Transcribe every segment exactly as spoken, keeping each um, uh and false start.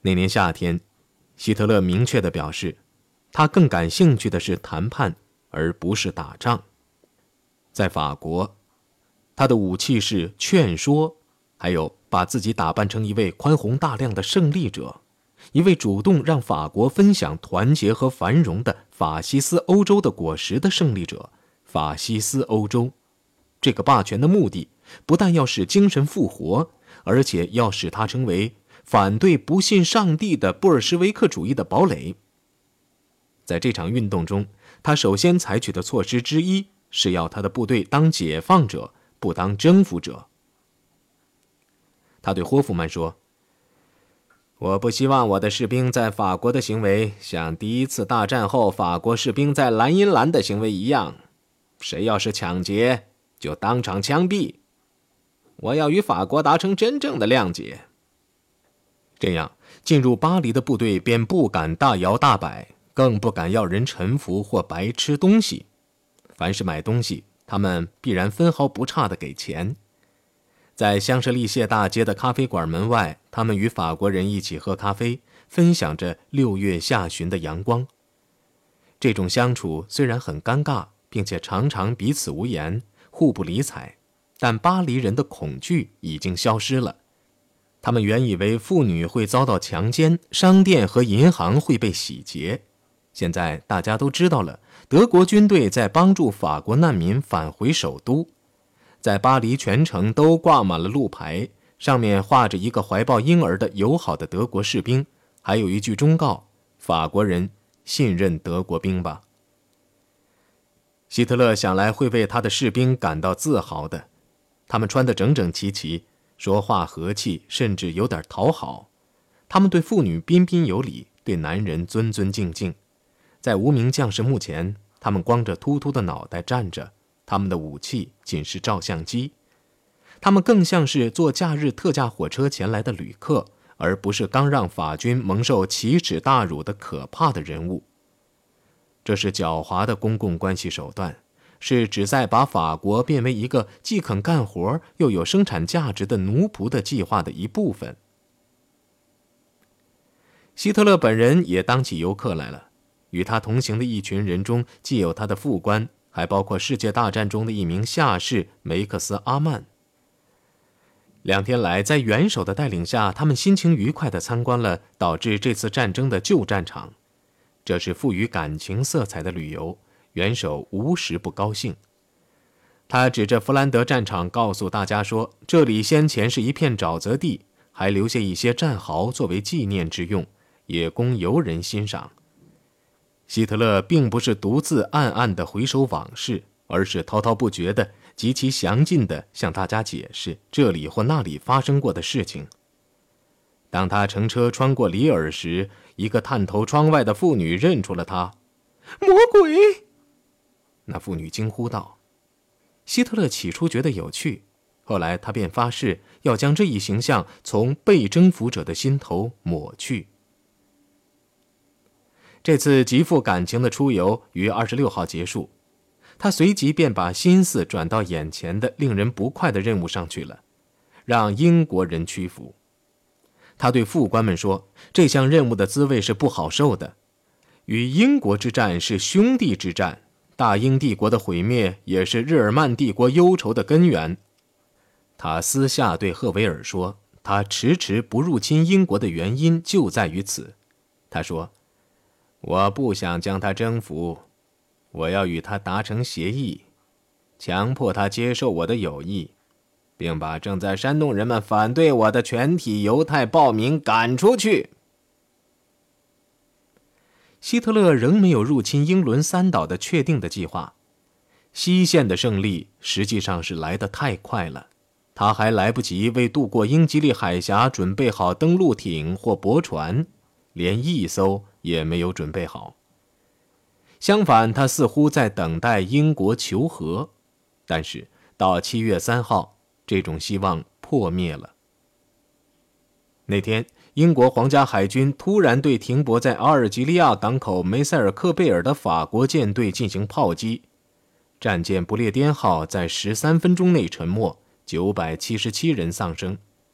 那年夏天，希特勒明确地表示，他更感兴趣的是谈判，而不是打仗。在法国，他的武器是劝说，还有把自己打扮成一位宽宏大量的胜利者，一位主动让法国分享团结和繁荣的法西斯欧洲的果实的胜利者。法西斯欧洲这个霸权的目的，不但要使精神复活，而且要使它成为反对不信上帝的布尔什维克主义的堡垒。在这场运动中，他首先采取的措施之一是要他的部队当解放者，不当征服者。他对霍夫曼说，我不希望我的士兵在法国的行为像第一次大战后法国士兵在莱茵兰的行为一样，谁要是抢劫就当场枪毙。我要与法国达成真正的谅解。这样，进入巴黎的部队便不敢大摇大摆，更不敢要人臣服或白吃东西。凡是买东西，他们必然分毫不差地给钱。在香榭丽榭大街的咖啡馆门外，他们与法国人一起喝咖啡，分享着六月下旬的阳光。这种相处虽然很尴尬，并且常常彼此无言，互不理睬，但巴黎人的恐惧已经消失了。他们原以为妇女会遭到强奸，商店和银行会被洗劫。现在大家都知道了，德国军队在帮助法国难民返回首都。在巴黎全城都挂满了路牌，上面画着一个怀抱婴儿的友好的德国士兵，还有一句忠告：法国人信任德国兵吧。希特勒想来会为他的士兵感到自豪的，他们穿得整整齐齐，说话和气，甚至有点讨好。他们对妇女彬彬有礼，对男人尊尊敬敬。在无名将士墓前，他们光着秃秃的脑袋站着，他们的武器仅是照相机。他们更像是坐假日特价火车前来的旅客，而不是刚让法军蒙受奇耻大辱的可怕的人物。这是狡猾的公共关系手段，是旨在把法国变为一个既肯干活又有生产价值的奴仆的计划的一部分。希特勒本人也当起游客来了，与他同行的一群人中，既有他的副官，还包括世界大战中的一名下士梅克斯·阿曼。两天来，在元首的带领下，他们心情愉快地参观了导致这次战争的旧战场。这是富于感情色彩的旅游，元首无时不高兴。他指着弗兰德战场告诉大家说，这里先前是一片沼泽地，还留下一些战壕作为纪念之用，也供游人欣赏。希特勒并不是独自暗暗地回首往事，而是滔滔不绝地、极其详尽地向大家解释这里或那里发生过的事情。当他乘车穿过里尔时，一个探头窗外的妇女认出了他。魔鬼！那妇女惊呼道。希特勒起初觉得有趣，后来他便发誓要将这一形象从被征服者的心头抹去。这次极富感情的出游于二十六号结束，他随即便把心思转到眼前的令人不快的任务上去了，让英国人屈服。他对副官们说，这项任务的滋味是不好受的。与英国之战是兄弟之战，大英帝国的毁灭也是日耳曼帝国忧愁的根源。他私下对赫维尔说，他迟迟不入侵英国的原因就在于此。他说，我不想将他征服，我要与他达成协议，强迫他接受我的友谊，并把正在煽动人们反对我的全体犹太暴民赶出去。希特勒仍没有入侵英伦三岛的确定的计划。西线的胜利实际上是来得太快了，他还来不及为渡过英吉利海峡准备好登陆艇或驳船，连一艘也没有准备好。相反，他似乎在等待英国求和，但是到七月三号，这种希望破灭了。那天，英国皇家海军突然对停泊在阿尔及利亚港口梅塞尔克贝尔的法国舰队进行炮击，战舰不列颠号在十三分钟内沉没，九百七十七人丧生。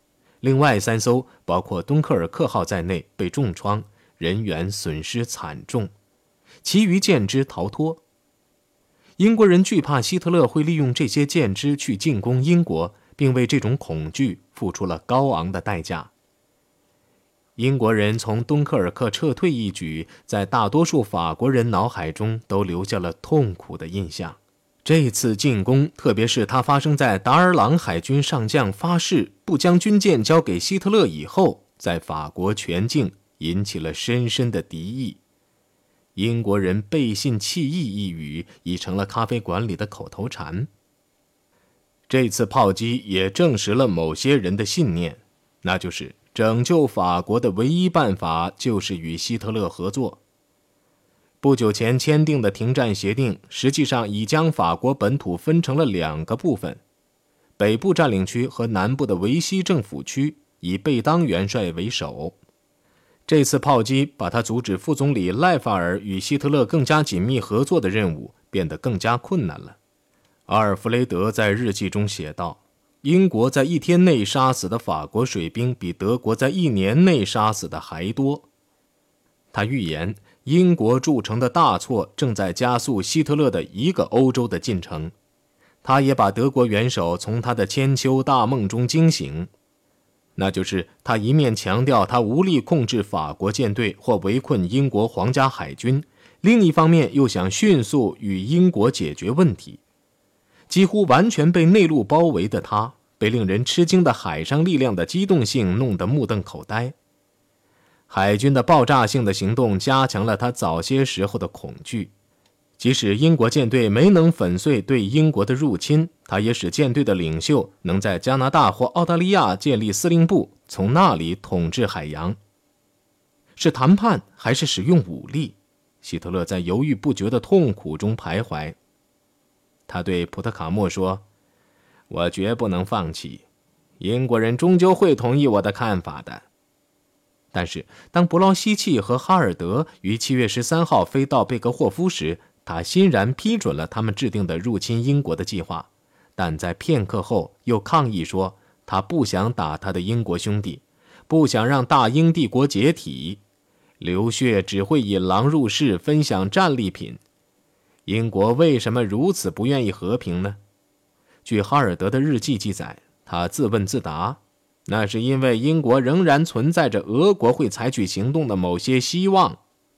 另外三艘包括敦刻尔克号在内被重创，人员损失惨重，其余舰只逃脱。英国人惧怕希特勒会利用这些舰只去进攻英国，并为这种恐惧付出了高昂的代价。英国人从敦刻尔克撤退一举，在大多数法国人脑海中都留下了痛苦的印象。这次进攻，特别是它发生在达尔朗海军上将发誓不将军舰交给希特勒以后，在法国全境引起了深深的敌意。英国人背信弃义一语已成了咖啡馆里的口头禅。这次炮击也证实了某些人的信念，那就是拯救法国的唯一办法就是与希特勒合作。不久前签订的停战协定实际上已将法国本土分成了两个部分，北部占领区和南部的维希政府区以贝当元帅为首。这次炮击把他阻止副总理赖法尔与希特勒更加紧密合作的任务变得更加困难了。阿尔弗雷德在日记中写道，英国在一天内杀死的法国水兵比德国在一年内杀死的还多。他预言英国铸成的大错正在加速希特勒的一个欧洲的进程。他也把德国元首从他的千秋大梦中惊醒，那就是他一面强调他无力控制法国舰队或围困英国皇家海军，另一方面又想迅速与英国解决问题。几乎完全被内陆包围的他，被令人吃惊的海上力量的机动性弄得目瞪口呆。海军的爆炸性的行动加强了他早些时候的恐惧。即使英国舰队没能粉碎对英国的入侵，他也使舰队的领袖能在加拿大或澳大利亚建立司令部，从那里统治海洋。是谈判还是使用武力？希特勒在犹豫不决的痛苦中徘徊。他对普特卡默说，我绝不能放弃，英国人终究会同意我的看法的。但是当布劳希契和哈尔德于七月十三号飞到贝格霍夫时，他欣然批准了他们制定的入侵英国的计划，但在片刻后又抗议说，他不想打他的英国兄弟，不想让大英帝国解体，流血只会引狼入室，分享战利品。英国为什么如此不愿意和平呢？据哈尔德的日记记载，他自问自答，那是因为英国仍然存在着俄国会采取行动的某些希望。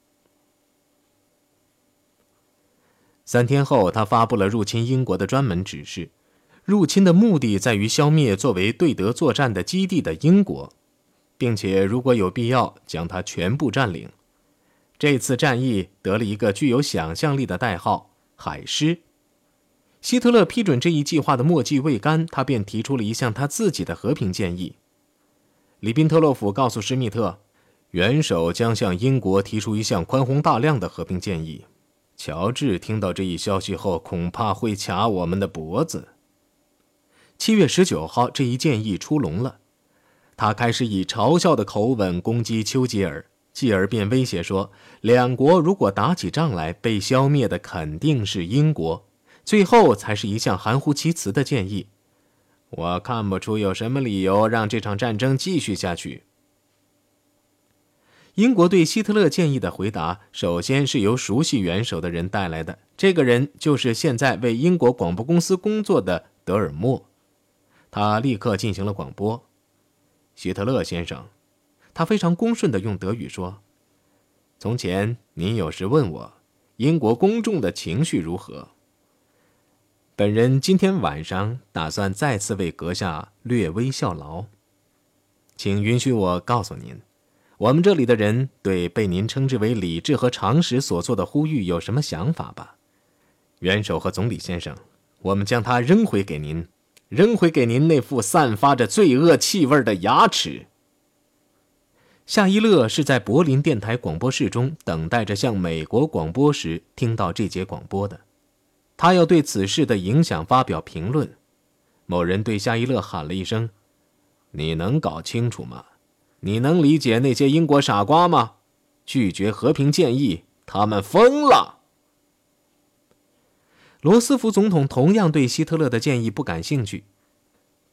三天后，他发布了入侵英国的专门指示。入侵的目的在于消灭作为对德作战的基地的英国，并且如果有必要，将它全部占领。这次战役得了一个具有想象力的代号——海狮。希特勒批准这一计划的墨迹未干，他便提出了一项他自己的和平建议。里宾特洛甫告诉施密特，元首将向英国提出一项宽宏大量的和平建议。乔治听到这一消息后，恐怕会卡我们的脖子。七月十九号，这一建议出笼了。他开始以嘲笑的口吻攻击丘吉尔，继而便威胁说，两国如果打起仗来，被消灭的肯定是英国。最后才是一项含糊其辞的建议，我看不出有什么理由让这场战争继续下去。英国对希特勒建议的回答，首先是由熟悉元首的人带来的，这个人就是现在为英国广播公司工作的德尔默。他立刻进行了广播。希特勒先生，他非常恭顺地用德语说，从前您有时问我，英国公众的情绪如何？本人今天晚上打算再次为阁下略微效劳，请允许我告诉您，我们这里的人对被您称之为理智和常识所做的呼吁有什么想法吧？元首和总理先生，我们将它扔回给您，扔回给您那副散发着罪恶气味的牙齿。夏伊勒是在柏林电台广播室中等待着向美国广播时听到这节广播的。他要对此事的影响发表评论。某人对夏伊勒喊了一声，你能搞清楚吗？你能理解那些英国傻瓜吗？拒绝和平建议，他们疯了。罗斯福总统同样对希特勒的建议不感兴趣。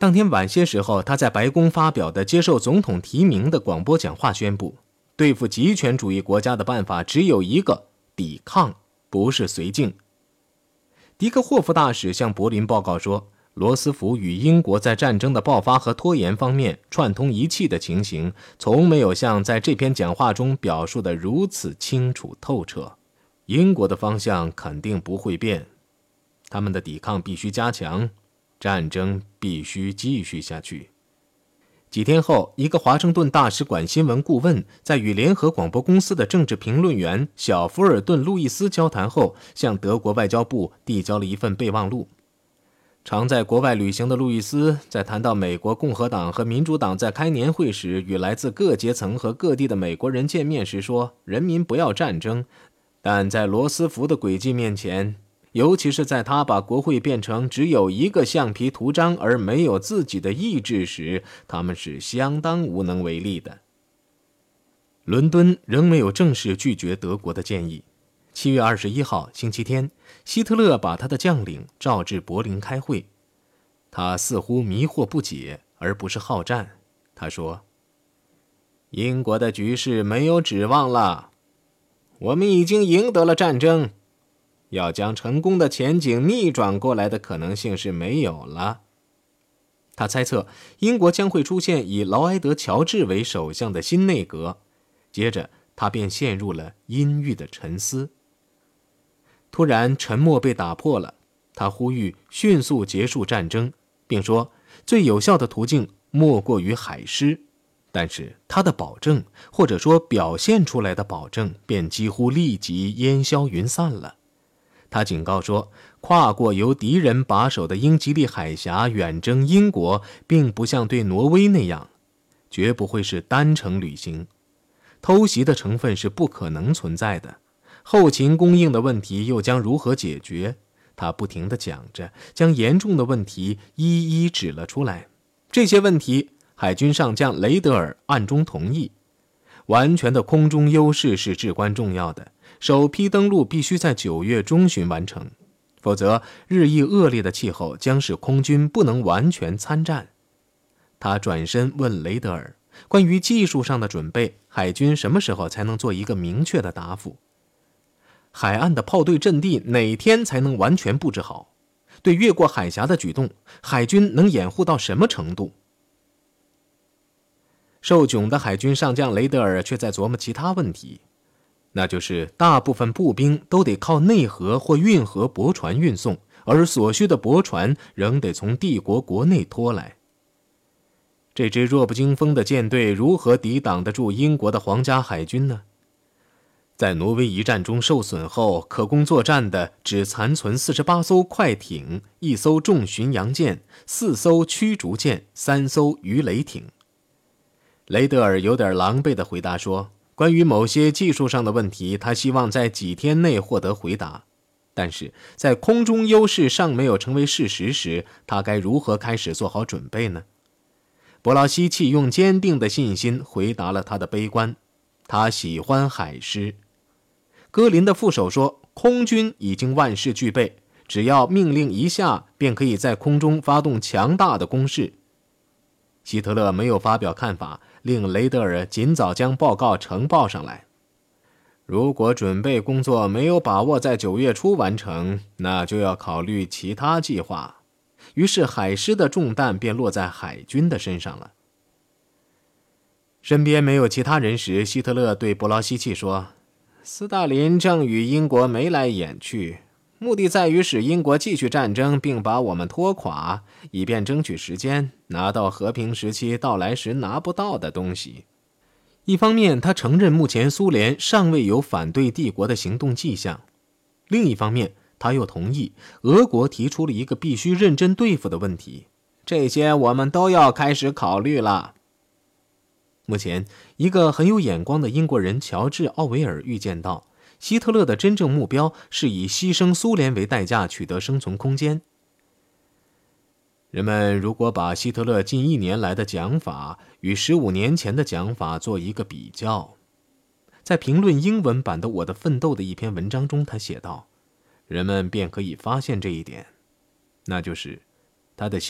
当天晚些时候，他在白宫发表的接受总统提名的广播讲话宣布，对付极权主义国家的办法只有一个：抵抗，不是绥靖。迪克霍夫大使向柏林报告说，罗斯福与英国在战争的爆发和拖延方面串通一气的情形，从没有像在这篇讲话中表述的如此清楚透彻。英国的方向肯定不会变，他们的抵抗必须加强，战争必须继续下去。几天后，一个华盛顿大使馆新闻顾问在与联合广播公司的政治评论员小福尔顿·路易斯交谈后，向德国外交部递交了一份备忘录。常在国外旅行的路易斯在谈到美国共和党和民主党在开年会时与来自各阶层和各地的美国人见面时说，人民不要战争，但在罗斯福的诡计面前，尤其是在他把国会变成只有一个橡皮图章而没有自己的意志时，他们是相当无能为力的。伦敦仍没有正式拒绝德国的建议。七月二十一号星期天，希特勒把他的将领召至柏林开会。他似乎迷惑不解，而不是好战。他说，英国的局势没有指望了，我们已经赢得了战争，要将成功的前景逆转过来的可能性是没有了。他猜测英国将会出现以劳埃德·乔治为首相的新内阁，接着他便陷入了阴郁的沉思。突然沉默被打破了，他呼吁迅速结束战争，并说最有效的途径莫过于海狮。但是他的保证，或者说表现出来的保证，便几乎立即烟消云散了。他警告说，跨过由敌人把守的英吉利海峡远征英国，并不像对挪威那样，绝不会是单程旅行。偷袭的成分是不可能存在的，后勤供应的问题又将如何解决？他不停地讲着，将严重的问题一一指了出来。这些问题，海军上将雷德尔暗中同意。完全的空中优势是至关重要的，首批登陆必须在九月中旬完成，否则日益恶劣的气候将使空军不能完全参战。他转身问雷德尔，关于技术上的准备，海军什么时候才能做一个明确的答复？海岸的炮队阵地哪天才能完全布置好？对越过海峡的举动，海军能掩护到什么程度？受窘的海军上将雷德尔却在琢磨其他问题，那就是大部分步兵都得靠内河或运河驳船运送，而所需的驳船仍得从帝国国内拖来。这支弱不禁风的舰队如何抵挡得住英国的皇家海军呢？在挪威一战中受损后，可供作战的只残存四十八艘快艇、一艘重巡洋舰、四艘驱逐舰、三艘鱼雷艇。雷德尔有点狼狈地回答说，关于某些技术上的问题，他希望在几天内获得回答。但是在空中优势尚没有成为事实时，他该如何开始做好准备呢？伯劳希奇用坚定的信心回答了他的悲观。他喜欢海狮。戈林的副手说，空军已经万事俱备，只要命令一下，便可以在空中发动强大的攻势。希特勒没有发表看法，令雷德尔尽早将报告呈报上来。如果准备工作没有把握在九月初完成，那就要考虑其他计划。于是海狮的重担便落在海军的身上了。身边没有其他人时，希特勒对伯劳希奇说，斯大林正与英国眉来眼去，目的在于使英国继续战争，并把我们拖垮，以便争取时间，拿到和平时期到来时拿不到的东西。一方面，他承认目前苏联尚未有反对帝国的行动迹象；另一方面，他又同意俄国提出了一个必须认真对付的问题，这些我们都要开始考虑了。目前，一个很有眼光的英国人乔治·奥维尔预见到，希特勒的真正目标是以牺牲苏联为代价取得生存空间。人们如果把希特勒近一年来的讲法与十五年前的讲法做一个比较，在评论英文版的《我的奋斗》的一篇文章中，他写道，人们便可以发现这一点，那就是他的心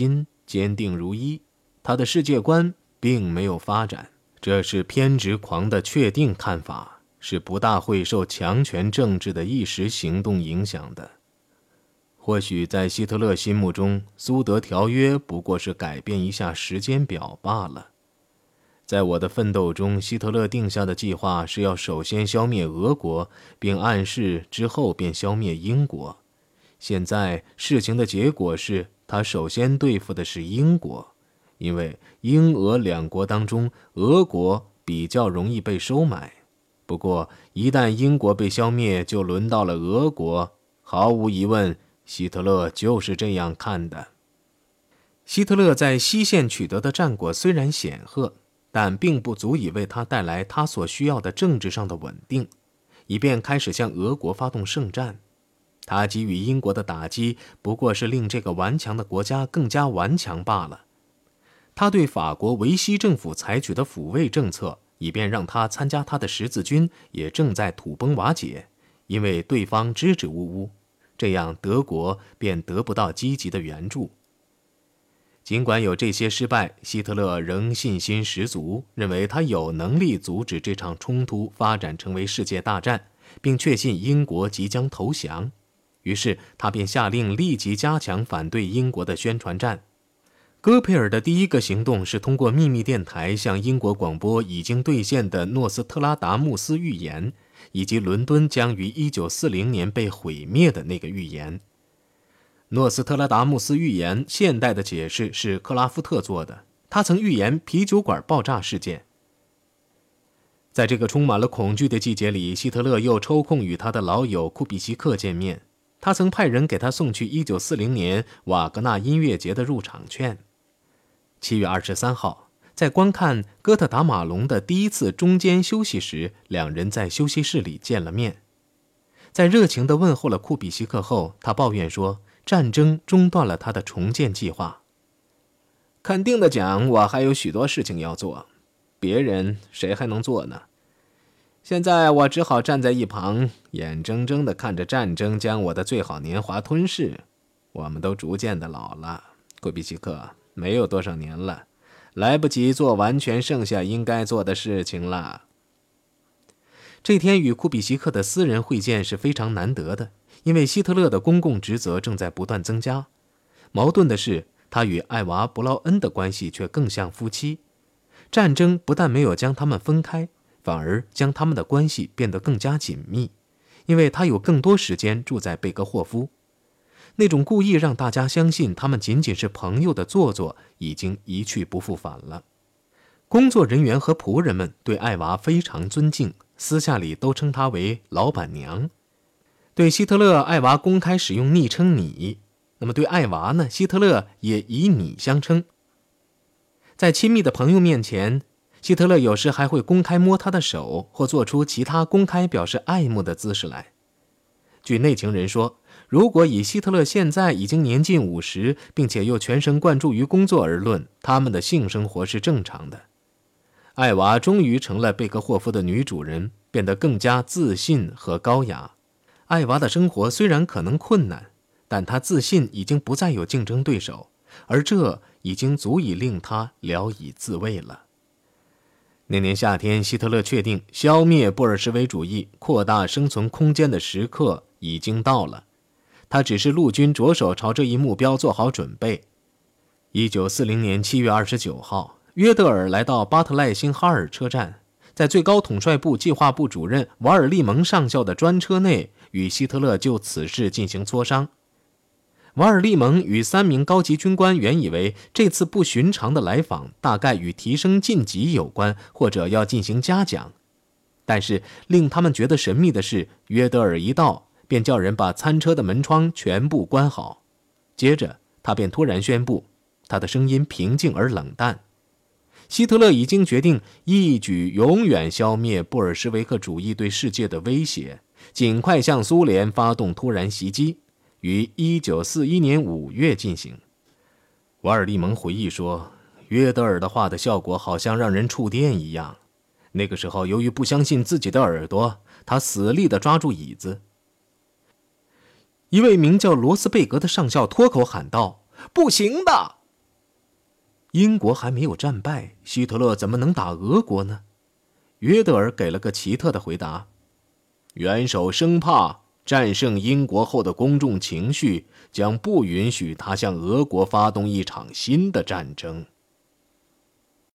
坚定如一，他的世界观并没有发展。这是偏执狂的确定看法，是不大会受强权政治的一时行动影响的。或许在希特勒心目中，苏德条约不过是改变一下时间表罢了。在我的奋斗中，希特勒定下的计划是要首先消灭俄国，并暗示之后便消灭英国。现在事情的结果是，他首先对付的是英国，因为英俄两国当中，俄国比较容易被收买。不过一旦英国被消灭，就轮到了俄国。毫无疑问，希特勒就是这样看的。希特勒在西线取得的战果虽然显赫，但并不足以为他带来他所需要的政治上的稳定，以便开始向俄国发动圣战。他给予英国的打击不过是令这个顽强的国家更加顽强罢了。他对法国维希政府采取的抚慰政策，以便让他参加他的十字军，也正在土崩瓦解，因为对方支支吾吾，这样德国便得不到积极的援助。尽管有这些失败，希特勒仍信心十足，认为他有能力阻止这场冲突发展成为世界大战，并确信英国即将投降。于是他便下令立即加强反对英国的宣传战。戈培尔的第一个行动是通过秘密电台向英国广播已经兑现的诺斯特拉达穆斯预言，以及伦敦将于一九四零年被毁灭的那个预言。诺斯特拉达穆斯预言现代的解释是克拉夫特做的，他曾预言啤酒馆爆炸事件。在这个充满了恐惧的季节里，希特勒又抽空与他的老友库比西克见面。他曾派人给他送去一九四零年瓦格纳音乐节的入场券。七月二十三号，在观看哥特达马龙的第一次中间休息时，两人在休息室里见了面。在热情地问候了库比西克后，他抱怨说，战争中断了他的重建计划。肯定地讲，我还有许多事情要做，别人谁还能做呢？现在我只好站在一旁，眼睁睁地看着战争将我的最好年华吞噬。我们都逐渐的老了，库比西克，没有多少年了，来不及做完全剩下应该做的事情了。这天与库比西克的私人会见是非常难得的，因为希特勒的公共职责正在不断增加。矛盾的是，他与艾娃·布劳恩的关系却更像夫妻。战争不但没有将他们分开，反而将他们的关系变得更加紧密，因为他有更多时间住在贝格霍夫。那种故意让大家相信他们仅仅是朋友的做作已经一去不复返了。工作人员和仆人们对艾娃非常尊敬，私下里都称她为老板娘。对希特勒，艾娃公开使用昵称你，那么对艾娃呢，希特勒也以你相称。在亲密的朋友面前，希特勒有时还会公开摸他的手，或做出其他公开表示爱慕的姿势来。据内情人说，如果以希特勒现在已经年近五十，并且又全神贯注于工作而论，他们的性生活是正常的。艾娃终于成了贝格霍夫的女主人，变得更加自信和高雅。艾娃的生活虽然可能困难，但她自信已经不再有竞争对手，而这已经足以令她聊以自慰了。那年夏天，希特勒确定消灭布尔什维主义、扩大生存空间的时刻已经到了。他指示陆军着手朝这一目标做好准备。一九四零年七月二十九号，约德尔来到巴特赖辛哈尔车站，在最高统帅部计划部主任瓦尔利蒙上校的专车内，与希特勒就此事进行磋商。瓦尔利蒙与三名高级军官原以为这次不寻常的来访大概与提升晋级有关，或者要进行嘉奖。但是令他们觉得神秘的是，约德尔一到，便叫人把餐车的门窗全部关好。接着他便突然宣布，他的声音平静而冷淡，希特勒已经决定一举永远消灭布尔什维克主义对世界的威胁，尽快向苏联发动突然袭击，于一九四一年五月进行。瓦尔利蒙回忆说，约德尔的话的效果好像让人触电一样。那个时候，由于不相信自己的耳朵，他死力地抓住椅子。一位名叫罗斯贝格的上校脱口喊道：“不行的！” 英国还没有战败，希特勒怎么能打俄国呢？约德尔给了个奇特的回答：元首生怕战胜英国后的公众情绪将不允许他向俄国发动一场新的战争。